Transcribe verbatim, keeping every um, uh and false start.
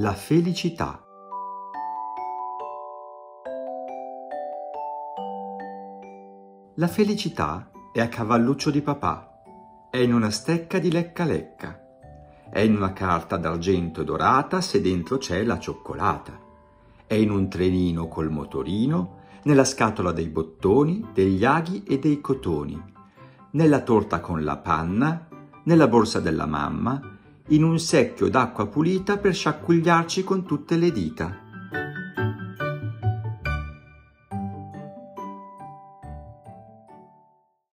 La felicità. La felicità è a cavalluccio di papà, è in una stecca di lecca lecca, è in una carta d'argento dorata se dentro c'è la cioccolata, è in un trenino col motorino, nella scatola dei bottoni, degli aghi e dei cotoni, nella torta con la panna, nella borsa della mamma, in un secchio d'acqua pulita per sciacquugliarci con tutte le dita.